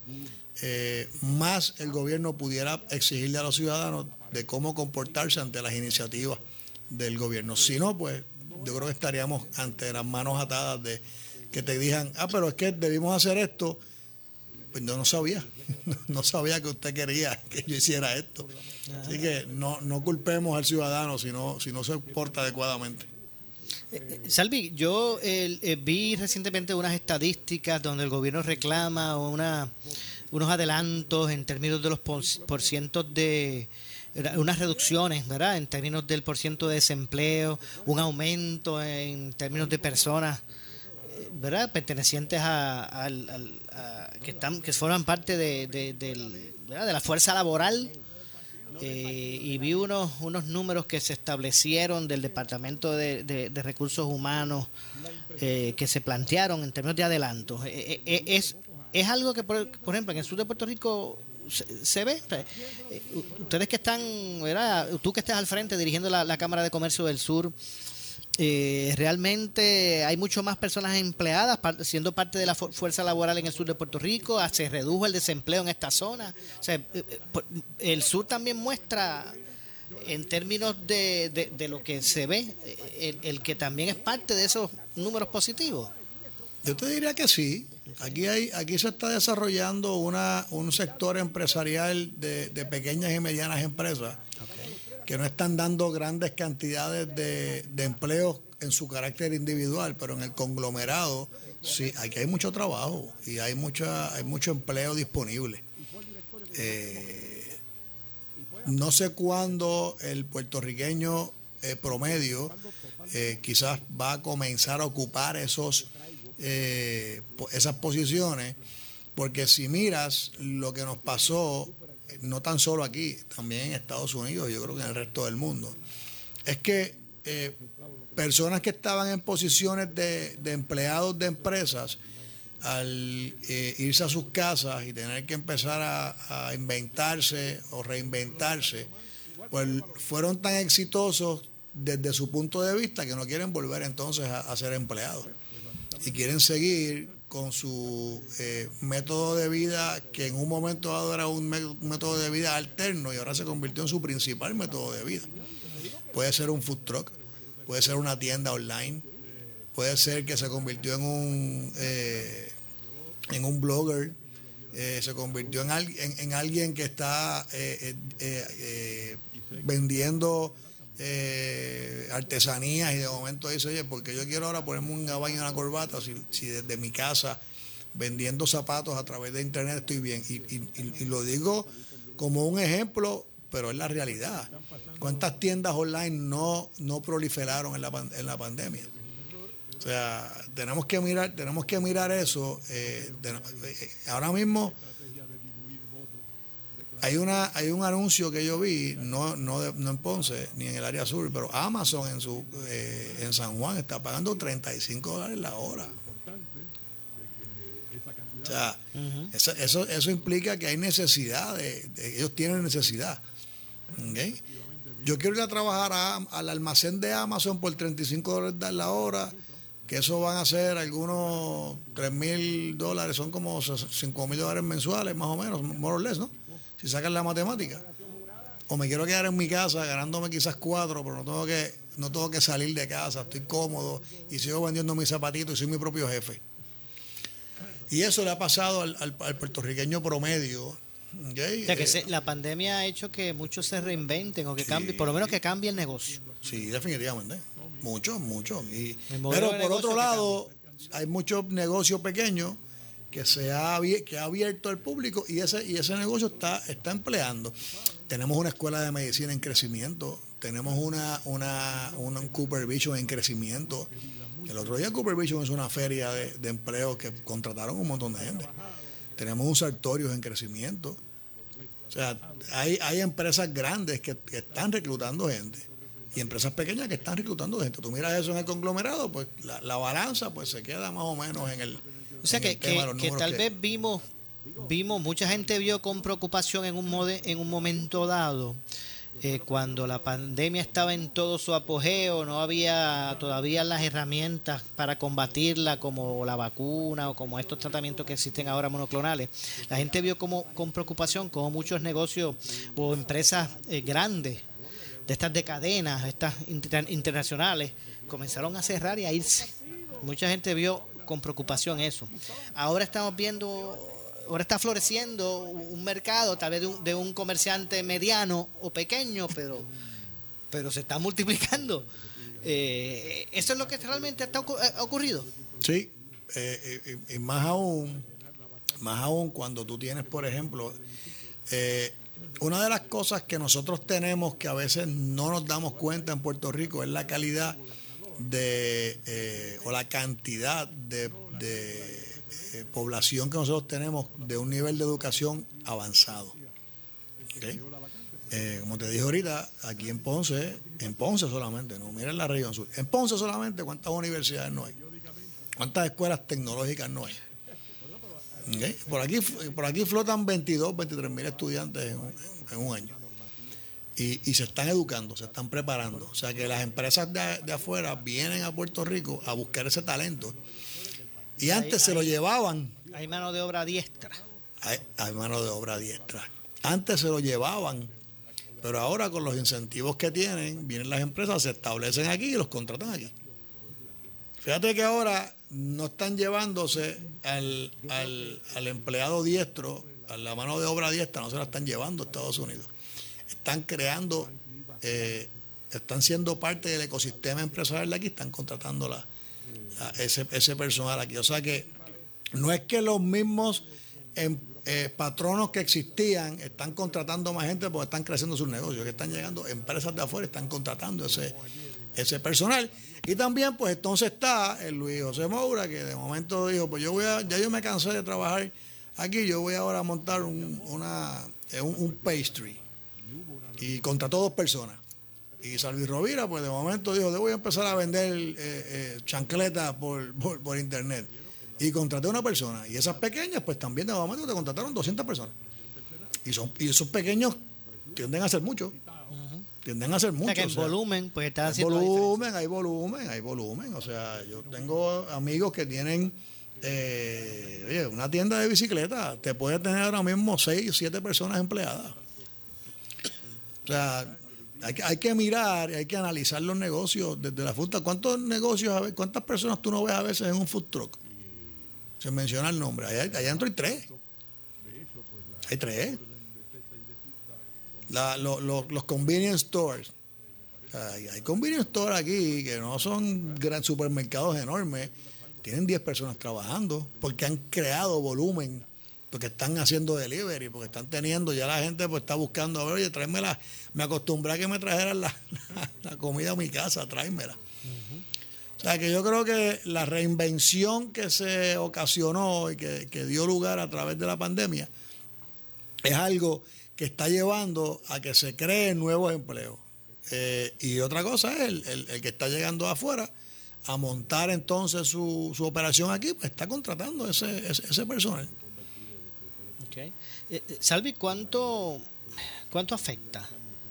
más el gobierno pudiera exigirle a los ciudadanos de cómo comportarse ante las iniciativas del gobierno. Si no, pues yo creo que estaríamos ante las manos atadas de que te digan, pero es que debimos hacer esto. Pues yo no sabía, no sabía que usted quería que yo hiciera esto. Así que no culpemos al ciudadano si no se porta adecuadamente. Salvi, yo vi recientemente unas estadísticas donde el gobierno reclama unos adelantos en términos de los porcientos de unas reducciones, ¿verdad? En términos del porciento de desempleo, un aumento en términos de personas, ¿verdad? Pertenecientes que forman parte de la fuerza laboral. Y vi unos números que se establecieron del Departamento de Recursos Humanos que se plantearon en términos de adelantos. Es algo que, por ejemplo, en el sur de Puerto Rico se ve. Ustedes que están, ¿verdad? Tú que estás al frente dirigiendo la Cámara de Comercio del Sur, realmente hay mucho más personas empleadas siendo parte de la fuerza laboral en el sur de Puerto Rico. Se redujo el desempleo en esta zona. O sea, el sur también muestra en términos de lo que se ve el que también es parte de esos números positivos. Yo te diría que sí. Aquí se está desarrollando un sector empresarial de pequeñas y medianas empresas que no están dando grandes cantidades de empleos en su carácter individual, pero en el conglomerado, sí, aquí hay mucho trabajo y hay mucho empleo disponible. No sé cuándo el puertorriqueño promedio quizás va a comenzar a ocupar esas posiciones, porque si miras lo que nos pasó, no tan solo aquí, también en Estados Unidos, yo creo que en el resto del mundo, es que personas que estaban en posiciones de empleados de empresas, al irse a sus casas y tener que empezar a inventarse o reinventarse, pues fueron tan exitosos desde su punto de vista que no quieren volver entonces a ser empleados y quieren seguir con su método de vida, que en un momento dado era un método de vida alterno y ahora se convirtió en su principal método de vida. Puede ser un food truck, puede ser una tienda online, puede ser que se convirtió en un blogger, se convirtió en alguien que está vendiendo artesanías y de momento dice, oye, porque yo quiero ahora ponerme un gabán y una corbata si desde mi casa vendiendo zapatos a través de internet estoy bien. Y lo digo como un ejemplo, pero es la realidad. ¿Cuántas tiendas online no proliferaron en la pandemia? O sea, tenemos que mirar eso. Ahora mismo hay un anuncio que yo vi, no en Ponce ni en el área sur, pero Amazon en San Juan está pagando $35 la hora. O sea, eso implica que hay necesidad, ellos tienen necesidad. ¿Okay? Yo quiero ir a trabajar al almacén de Amazon por $35 la hora, que eso van a ser algunos $3,000, son como $5,000 mensuales, más o menos, more or less, ¿no? Si sacan la matemática. O me quiero quedar en mi casa ganándome quizás 4, pero no tengo que salir de casa, estoy cómodo y sigo vendiendo mis zapatitos y soy mi propio jefe. Y eso le ha pasado al puertorriqueño promedio. ¿Okay? O sea, que la pandemia ha hecho que muchos se reinventen o que cambien, por lo menos que cambie el negocio. Sí, definitivamente. Mucho. Pero por otro lado, hay muchos negocios pequeños que ha abierto al público y ese negocio está empleando. Tenemos una escuela de medicina en crecimiento, tenemos un Cooper Vision en crecimiento. El otro día Cooper Vision es una feria de empleo que contrataron un montón de gente. Tenemos un Sartorius en crecimiento. O sea, hay empresas grandes que están reclutando gente y empresas pequeñas que están reclutando gente. Tú miras eso en el conglomerado, pues la balanza pues se queda más o menos en el... O sea, que tal vez vimos, mucha gente vio con preocupación en un momento dado, cuando la pandemia estaba en todo su apogeo, no había todavía las herramientas para combatirla, como la vacuna o como estos tratamientos que existen ahora monoclonales. La gente vio con preocupación como muchos negocios o empresas grandes estas de cadenas, estas internacionales, comenzaron a cerrar y a irse. Mucha gente vio con preocupación eso. Ahora estamos viendo, ahora está floreciendo un mercado, tal vez de un comerciante mediano o pequeño, pero se está multiplicando. ¿Eso es lo que realmente ha ocurrido? Sí, y más aún cuando tú tienes, por ejemplo, una de las cosas que nosotros tenemos que a veces no nos damos cuenta en Puerto Rico es la calidad o la cantidad de población que nosotros tenemos de un nivel de educación avanzado. ¿Okay? Como te dije ahorita, aquí en Ponce solamente, no miren la región sur, en Ponce solamente, ¿cuántas universidades no hay? ¿Cuántas escuelas tecnológicas no hay? ¿Okay? Por aquí flotan 22, 23 mil estudiantes en un año. Y se están educando, se están preparando. O sea que las empresas de afuera vienen a Puerto Rico a buscar ese talento. Y antes se lo llevaban. Hay mano de obra diestra. Hay mano de obra diestra. Antes se lo llevaban, pero ahora con los incentivos que tienen, vienen las empresas, se establecen aquí y los contratan aquí. Fíjate que ahora no están llevándose al empleado diestro, a la mano de obra diestra, no se la están llevando a Estados Unidos. Están creando, están siendo parte del ecosistema empresarial de aquí, están contratando ese personal aquí. O sea que no es que los mismos patronos que existían están contratando más gente porque están creciendo sus negocios, que están llegando empresas de afuera, están contratando ese personal. Y también pues entonces está el Luis José Moura, que de momento dijo, pues ya yo me cansé de trabajar aquí, yo voy ahora a montar un pastry. Y contrató 2 personas. Y San Luis Rovira, pues de momento dijo, voy a empezar a vender chancletas por internet. Y contraté a una persona. Y esas pequeñas, pues también de momento te contrataron 200 personas. Y esos pequeños tienden a ser muchos. Tienden a ser muchos. O sea que en volumen, pues está haciendo hay volumen. O sea, yo tengo amigos que tienen una tienda de bicicletas. Te puede tener ahora mismo 6 o 7 personas empleadas. O sea, hay que mirar, hay que analizar los negocios desde la fruta. ¿Cuántos negocios, cuántas personas tú no ves a veces en un food truck? Se menciona el nombre. Allá adentro hay 3. Hay 3. Los convenience stores. O sea, hay convenience stores aquí que no son grandes supermercados enormes. Tienen 10 personas trabajando porque han creado volumen, porque están haciendo delivery, porque están teniendo, ya la gente pues está buscando, a ver, oye, tráemela. Me acostumbré a que me trajeran la comida a mi casa, tráemela. O sea, que yo creo que la reinvención que se ocasionó y que dio lugar a través de la pandemia es algo que está llevando a que se creen nuevos empleos. Y otra cosa es el que está llegando afuera a montar entonces su operación aquí, pues está contratando ese personal. Okay. Salvi, ¿cuánto afecta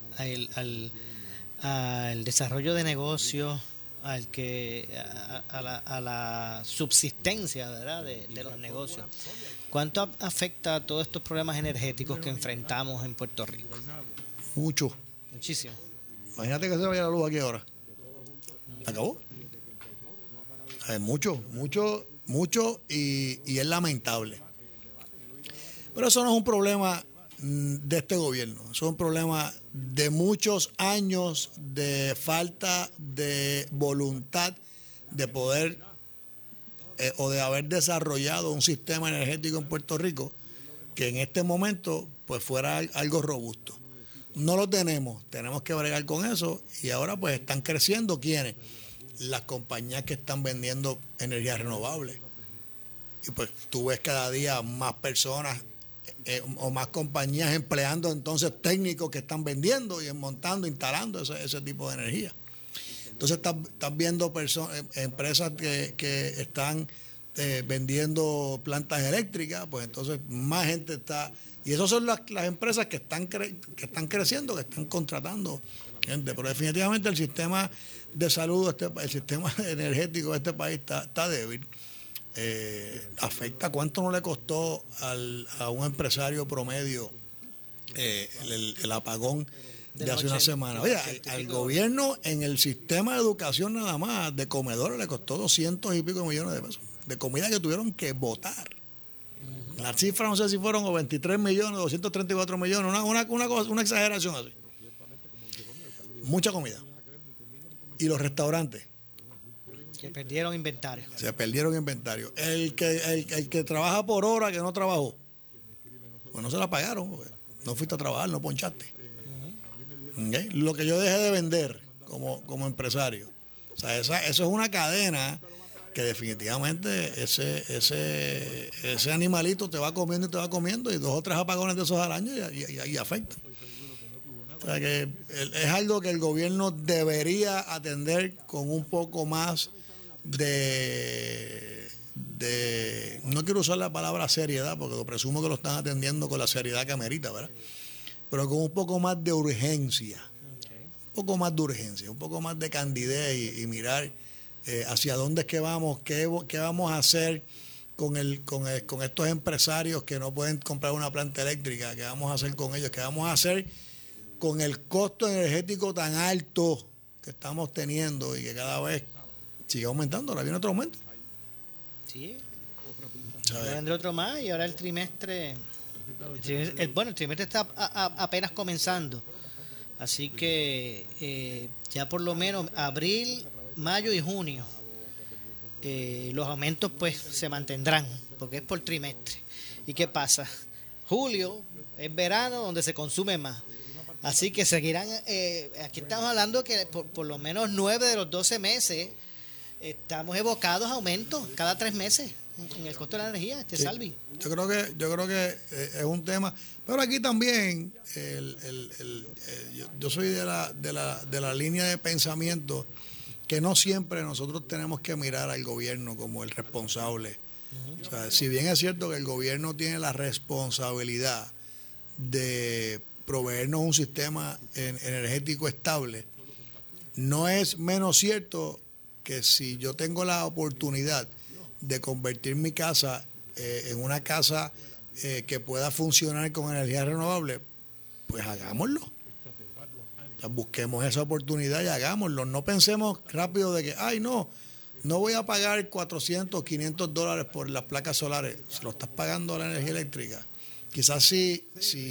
al desarrollo de negocios, a la subsistencia, ¿verdad?, de los negocios? ¿Cuánto afecta a todos estos problemas energéticos que enfrentamos en Puerto Rico? Muchísimo. Imagínate que se vaya la luz aquí ahora. ¿Acabó? Mucho y es lamentable. Pero eso no es un problema de este gobierno, eso es un problema de muchos años de falta de voluntad de poder o de haber desarrollado un sistema energético en Puerto Rico que en este momento pues fuera algo robusto. No lo tenemos que bregar con eso y ahora pues están creciendo ¿quiénes? Las compañías que están vendiendo energías renovables. Y pues tú ves cada día más personas o más compañías empleando entonces técnicos que están vendiendo y montando, instalando ese tipo de energía. Entonces estás viendo empresas que están vendiendo plantas eléctricas, pues entonces más gente está... Y esas son las empresas que están creciendo, que están contratando gente. Pero definitivamente el sistema de salud, el sistema energético de este país está débil. Afecta. ¿Cuánto no le costó a un empresario promedio el apagón de hace una semana. Oye, al gobierno en el sistema de educación nada más, de comedores, le costó 200 y pico millones de pesos. De comida que tuvieron que botar. Las cifras no sé si fueron 23 millones, 234 millones, una exageración así. Mucha comida. Y los restaurantes. Que perdieron inventario. Se perdieron inventario. El que trabaja por hora que no trabajó, pues no se la pagaron. No fuiste a trabajar, no ponchaste. ¿Okay? Lo que yo dejé de vender como empresario. O sea, eso es una cadena que definitivamente ese animalito te va comiendo y 2 o 3 apagones de esos al año y afectan. O sea que es algo que el gobierno debería atender con un poco más de no quiero usar la palabra seriedad, porque lo presumo que lo están atendiendo con la seriedad que amerita, ¿verdad? Pero con un poco más de urgencia. Un poco más de urgencia, un poco más de candidez y mirar hacia dónde es que vamos, qué vamos a hacer con estos empresarios que no pueden comprar una planta eléctrica, qué vamos a hacer con ellos, qué vamos a hacer con el costo energético tan alto que estamos teniendo y que cada vez sigue aumentando. Ahora viene otro aumento. Sí. Ahora vendrá otro más y ahora el trimestre está apenas comenzando. Así que ya por lo menos abril, mayo y junio los aumentos pues se mantendrán porque es por trimestre. ¿Y qué pasa? Julio es verano donde se consume más. Así que seguirán, aquí estamos hablando que por lo menos 9 de los 12 meses estamos evocados a aumentos cada 3 meses en el costo de la energía, sí. Salvi. Yo creo que es un tema, pero aquí también yo soy de la línea de pensamiento que no siempre nosotros tenemos que mirar al gobierno como el responsable. O sea, si bien es cierto que el gobierno tiene la responsabilidad de proveernos un sistema energético estable, no es menos cierto que si yo tengo la oportunidad de convertir mi casa en una casa que pueda funcionar con energía renovable, pues hagámoslo. O sea, busquemos esa oportunidad y hagámoslo. No pensemos rápido de que, no voy a pagar $400, $500 por las placas solares. Se lo estás pagando a la energía eléctrica. Quizás sí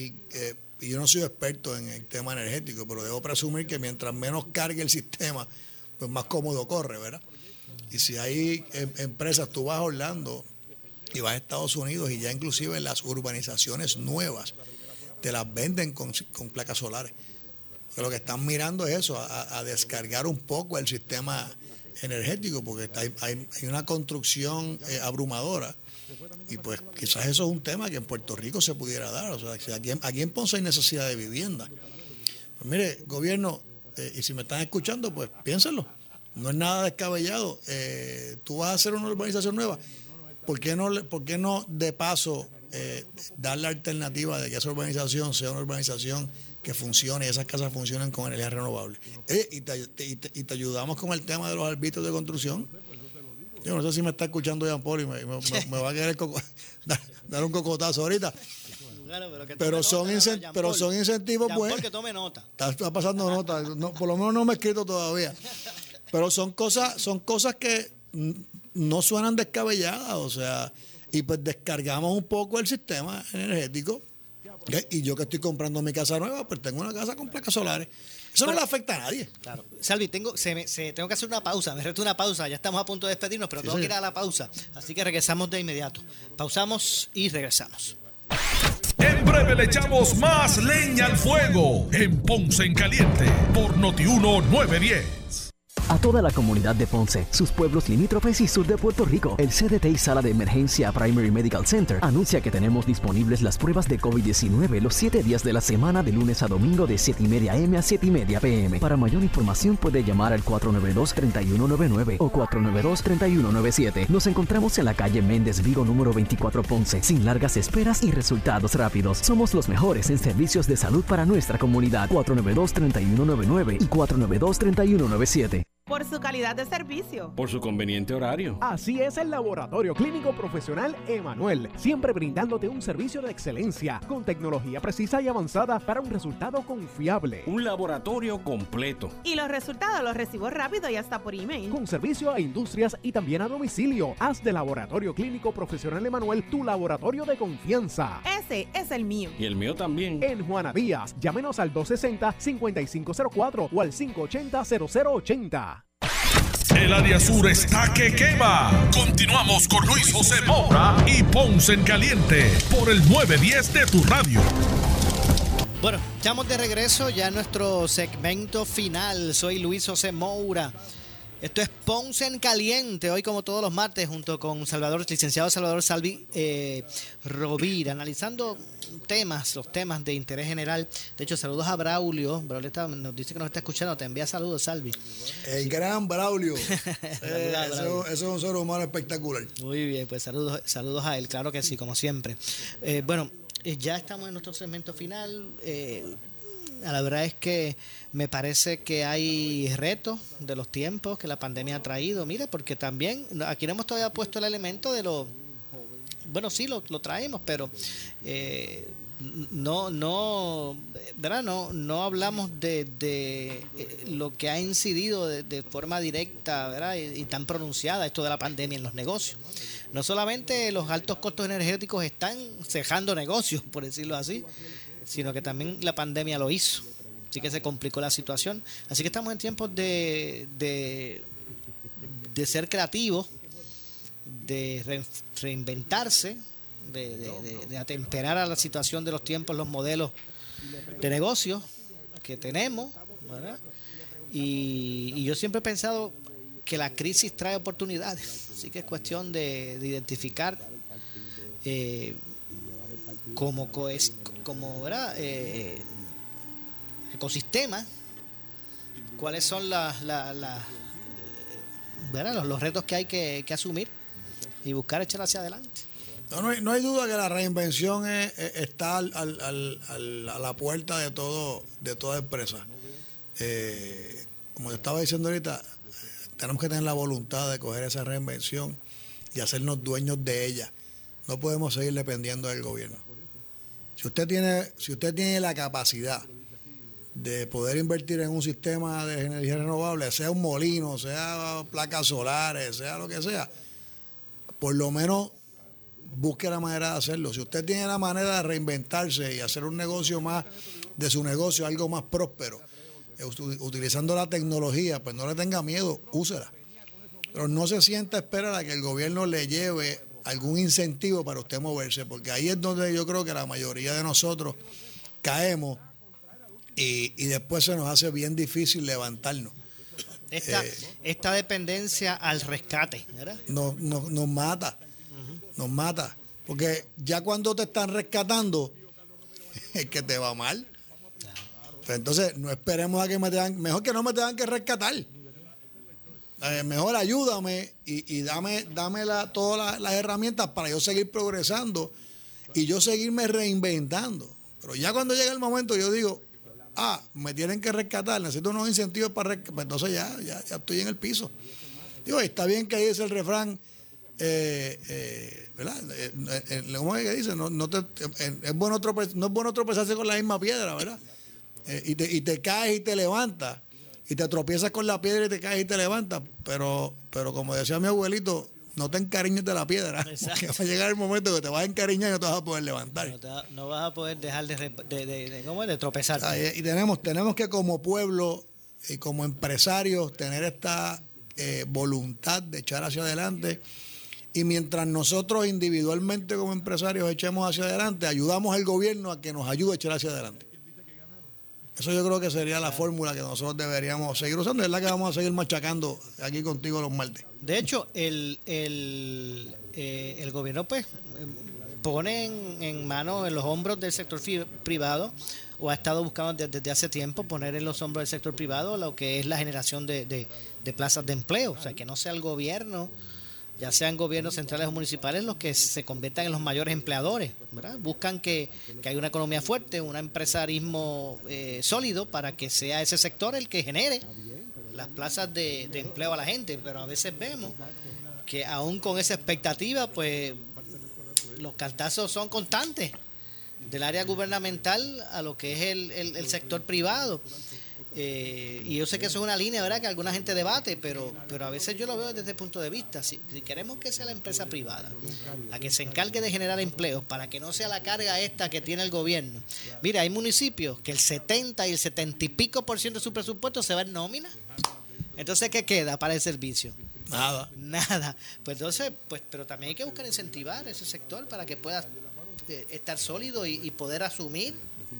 y yo no soy experto en el tema energético, pero debo presumir que mientras menos cargue el sistema, pues más cómodo corre, ¿verdad? Y si hay empresas, tú vas a Orlando y vas a Estados Unidos y ya inclusive en las urbanizaciones nuevas te las venden con placas solares. Porque lo que están mirando es eso, a descargar un poco el sistema energético, porque hay una construcción abrumadora. Y pues quizás eso es un tema que en Puerto Rico se pudiera dar. O sea, si aquí en Ponce hay necesidad de vivienda. Pues mire, gobierno, y si me están escuchando, pues piénsenlo. No es nada descabellado. Tú vas a hacer una urbanización nueva. ¿Por qué no de paso dar la alternativa de que esa urbanización sea una urbanización que funcione y esas casas funcionen con energía renovable? Y te ayudamos con el tema de los arbitrios de construcción. Yo no sé si me está escuchando Jean Paul y me va a querer dar un cocotazo ahorita. Claro, pero son incentivos buenos. Que tome nota. Está pasando nota. No, por lo menos no me he escrito todavía. Pero son cosas que no suenan descabelladas. O sea, y pues descargamos un poco el sistema energético. Y yo que estoy comprando mi casa nueva, pues tengo una casa con placas solares. Eso no le afecta a nadie. Claro. Salvi, tengo que hacer una pausa. Me reto una pausa. Ya estamos a punto de despedirnos, pero tengo que ir a la pausa. Así que regresamos de inmediato. Pausamos y regresamos. En breve le echamos más leña al fuego en Ponce en Caliente por Noti1 910. A toda la comunidad de Ponce, sus pueblos limítrofes y sur de Puerto Rico, el CDT y Sala de Emergencia Primary Medical Center anuncia que tenemos disponibles las pruebas de COVID-19 los 7 días de la semana de lunes a domingo de 7:30 a.m. a 7:30 p.m. Para mayor información puede llamar al 492-3199 o 492-3197. Nos encontramos en la calle Méndez Vigo número 24 Ponce, sin largas esperas y resultados rápidos. Somos los mejores en servicios de salud para nuestra comunidad. 492-3199 y 492-3197. Por su calidad de servicio. Por su conveniente horario. Así es el Laboratorio Clínico Profesional Emanuel, siempre brindándote un servicio de excelencia, con tecnología precisa y avanzada para un resultado confiable. Un laboratorio completo. Y los resultados los recibo rápido y hasta por email. Con servicio a industrias y también a domicilio. Haz de Laboratorio Clínico Profesional Emanuel tu laboratorio de confianza. Ese es el mío. Y el mío también. En Juana Díaz, llámenos al 260-5504 o al 580-0080. El área sur está que quema. Continuamos con Luis José Moura y Ponce en Caliente por el 910 de tu radio. Bueno, estamos de regreso ya en nuestro segmento final. Soy Luis José Moura. Esto es Ponce en Caliente, hoy como todos los martes, junto con licenciado Salvador Salvi Rovira, analizando los temas de interés general. De hecho, saludos a Braulio. Braulio nos dice que nos está escuchando, te envía saludos, Salvi. El gran Braulio. Eso es un ser humano espectacular. Muy bien, pues saludos a él, claro que sí, como siempre. Ya estamos en nuestro segmento final. La verdad es que me parece que hay retos de los tiempos que la pandemia ha traído. Mire, porque también aquí no hemos todavía puesto el elemento de lo... Bueno, sí, lo traemos, pero no hablamos de lo que ha incidido de forma directa, ¿verdad? Y tan pronunciada esto de la pandemia en los negocios. No solamente los altos costos energéticos están cejando negocios, por decirlo así, sino que también la pandemia lo hizo. Así que se complicó la situación. Así que estamos en tiempos de ser creativos, de reinventarse, de atemperar a la situación de los tiempos, los modelos de negocio que tenemos, ¿verdad? Y yo siempre he pensado que la crisis trae oportunidades. Así que es cuestión de identificar como ¿verdad? Ecosistema, cuáles son ¿verdad? los retos que hay que asumir y buscar echar hacia adelante. No hay duda que la reinvención está a la puerta de toda empresa. Como te estaba diciendo ahorita, tenemos que tener la voluntad de coger esa reinvención y hacernos dueños de ella. No podemos seguir dependiendo del gobierno. Si usted tiene la capacidad de poder invertir en un sistema de energía renovable, sea un molino, sea placas solares, sea lo que sea, por lo menos busque la manera de hacerlo. Si usted tiene la manera de reinventarse y hacer un negocio más de su negocio, algo más próspero, utilizando la tecnología, pues no le tenga miedo, úsela. Pero no se sienta a esperar a que el gobierno le lleve algún incentivo para usted moverse, porque ahí es donde yo creo que la mayoría de nosotros caemos y después se nos hace bien difícil levantarnos. Esta dependencia al rescate, ¿verdad? Nos mata, nos mata, porque ya cuando te están rescatando es que te va mal. Pues entonces no esperemos a que mejor que no me tengan que rescatar. Mejor ayúdame y dame todas las herramientas para yo seguir progresando y yo seguirme reinventando. Pero ya cuando llega el momento yo digo, me tienen que rescatar, necesito unos incentivos para rescatar, pues entonces ya estoy en el piso. Digo, está bien que ahí es el refrán, ¿verdad? ¿Cómo es que dice? No es bueno tropezarse con la misma piedra, ¿verdad? Y te caes y te levantas. Y te tropiezas con la piedra y te caes y te levantas, pero como decía mi abuelito, no te encariñes de la piedra, porque va a llegar el momento que te vas a encariñar y no te vas a poder levantar. No vas a poder dejar de tropezar. Y tenemos que como pueblo y como empresarios tener esta voluntad de echar hacia adelante, y mientras nosotros individualmente como empresarios echemos hacia adelante, ayudamos al gobierno a que nos ayude a echar hacia adelante. Eso yo creo que sería la fórmula que nosotros deberíamos seguir usando. Es la que vamos a seguir machacando aquí contigo los martes. De hecho, el gobierno pues pone en manos, en los hombros del sector privado, o ha estado buscando desde hace tiempo poner en los hombros del sector privado lo que es la generación de plazas de empleo. O sea, que no sea el gobierno, ya sean gobiernos centrales o municipales, los que se conviertan en los mayores empleadores, ¿verdad? Buscan que haya una economía fuerte, un empresarismo sólido, para que sea ese sector el que genere las plazas de empleo a la gente, pero a veces vemos que aún con esa expectativa, pues los cantazos son constantes del área gubernamental a lo que es el sector privado. Y yo sé que eso es una línea, ¿verdad?, que alguna gente debate, pero a veces yo lo veo desde el punto de vista. Si queremos que sea la empresa privada la que se encargue de generar empleos para que no sea la carga esta que tiene el gobierno. Mira, hay municipios que el 70 y el 70 y pico % de su presupuesto se va en nómina. Entonces, ¿qué queda para el servicio? Nada. Pues entonces, pero también hay que buscar incentivar ese sector para que pueda estar sólido y poder asumir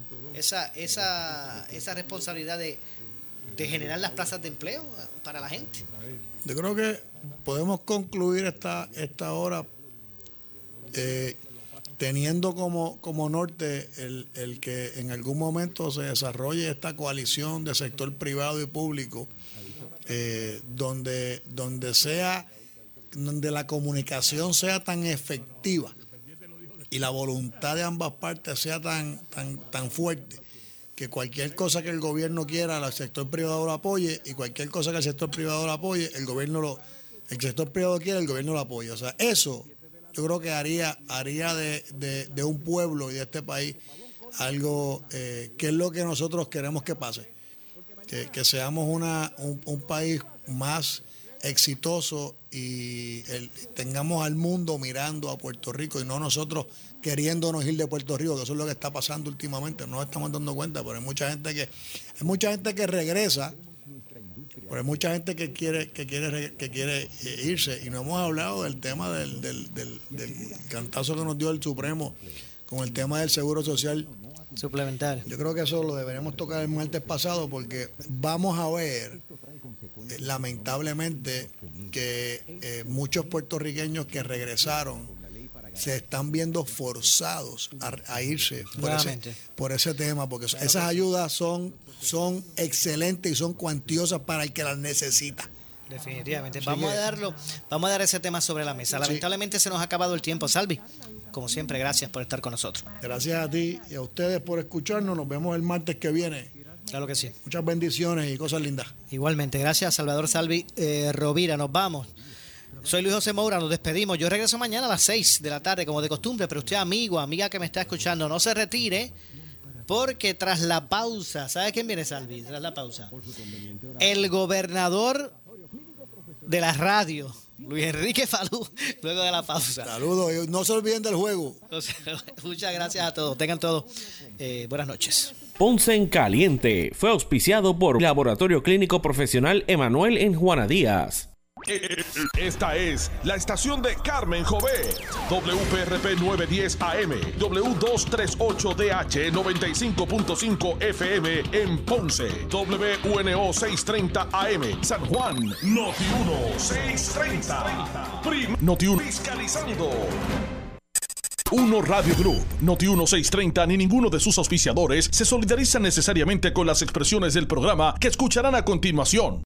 esa responsabilidad de generar las plazas de empleo para la gente. Yo creo que podemos concluir esta hora teniendo como norte el que en algún momento se desarrolle esta coalición de sector privado y público, donde la comunicación sea tan efectiva y la voluntad de ambas partes sea tan fuerte, que cualquier cosa que el gobierno quiera, el sector privado lo apoye, y cualquier cosa que el sector privado lo apoye, el sector privado quiere, el gobierno lo apoya. O sea, eso yo creo que haría de un pueblo y de este país algo que es lo que nosotros queremos que pase, que seamos un país más exitoso y tengamos al mundo mirando a Puerto Rico y no nosotros queriéndonos ir de Puerto Rico, que eso es lo que está pasando últimamente. No nos estamos dando cuenta, pero hay mucha gente que regresa, pero hay mucha gente que quiere irse, y no hemos hablado del tema del cantazo que nos dio el Supremo con el tema del seguro social suplementario. Yo creo que eso lo deberemos tocar el martes pasado, porque vamos a ver lamentablemente que muchos puertorriqueños que regresaron se están viendo forzados a irse por ese tema, porque esas ayudas son excelentes y son cuantiosas para el que las necesita. Definitivamente. Vamos a dar ese tema sobre la mesa. Lamentablemente se nos ha acabado el tiempo. Salvi, como siempre, gracias por estar con nosotros. Gracias a ti y a ustedes por escucharnos. Nos vemos el martes que viene. Claro que sí. Muchas bendiciones y cosas lindas. Igualmente, gracias Salvador Salvi Rovira. Nos vamos. Soy Luis José Moura, nos despedimos. Yo regreso mañana a las 6 de la tarde, como de costumbre, pero usted, amigo, amiga que me está escuchando, no se retire, porque tras la pausa, ¿sabe quién viene, Salvi? Tras la pausa, el gobernador de la radio, Luis Enrique Falú, luego de la pausa. Saludos, no se olviden del juego. Muchas gracias a todos, tengan todos buenas noches. Ponce en Caliente fue auspiciado por Laboratorio Clínico Profesional Emanuel en Juana Díaz. Esta es la estación de Carmen Jovet, WPRP 910 AM, W238DH 95.5 FM en Ponce, WNO 630 AM, San Juan, Noti 1 630, Noti 1 fiscalizando. Uno Radio Group, Noti 1 630 ni ninguno de sus auspiciadores se solidarizan necesariamente con las expresiones del programa que escucharán a continuación.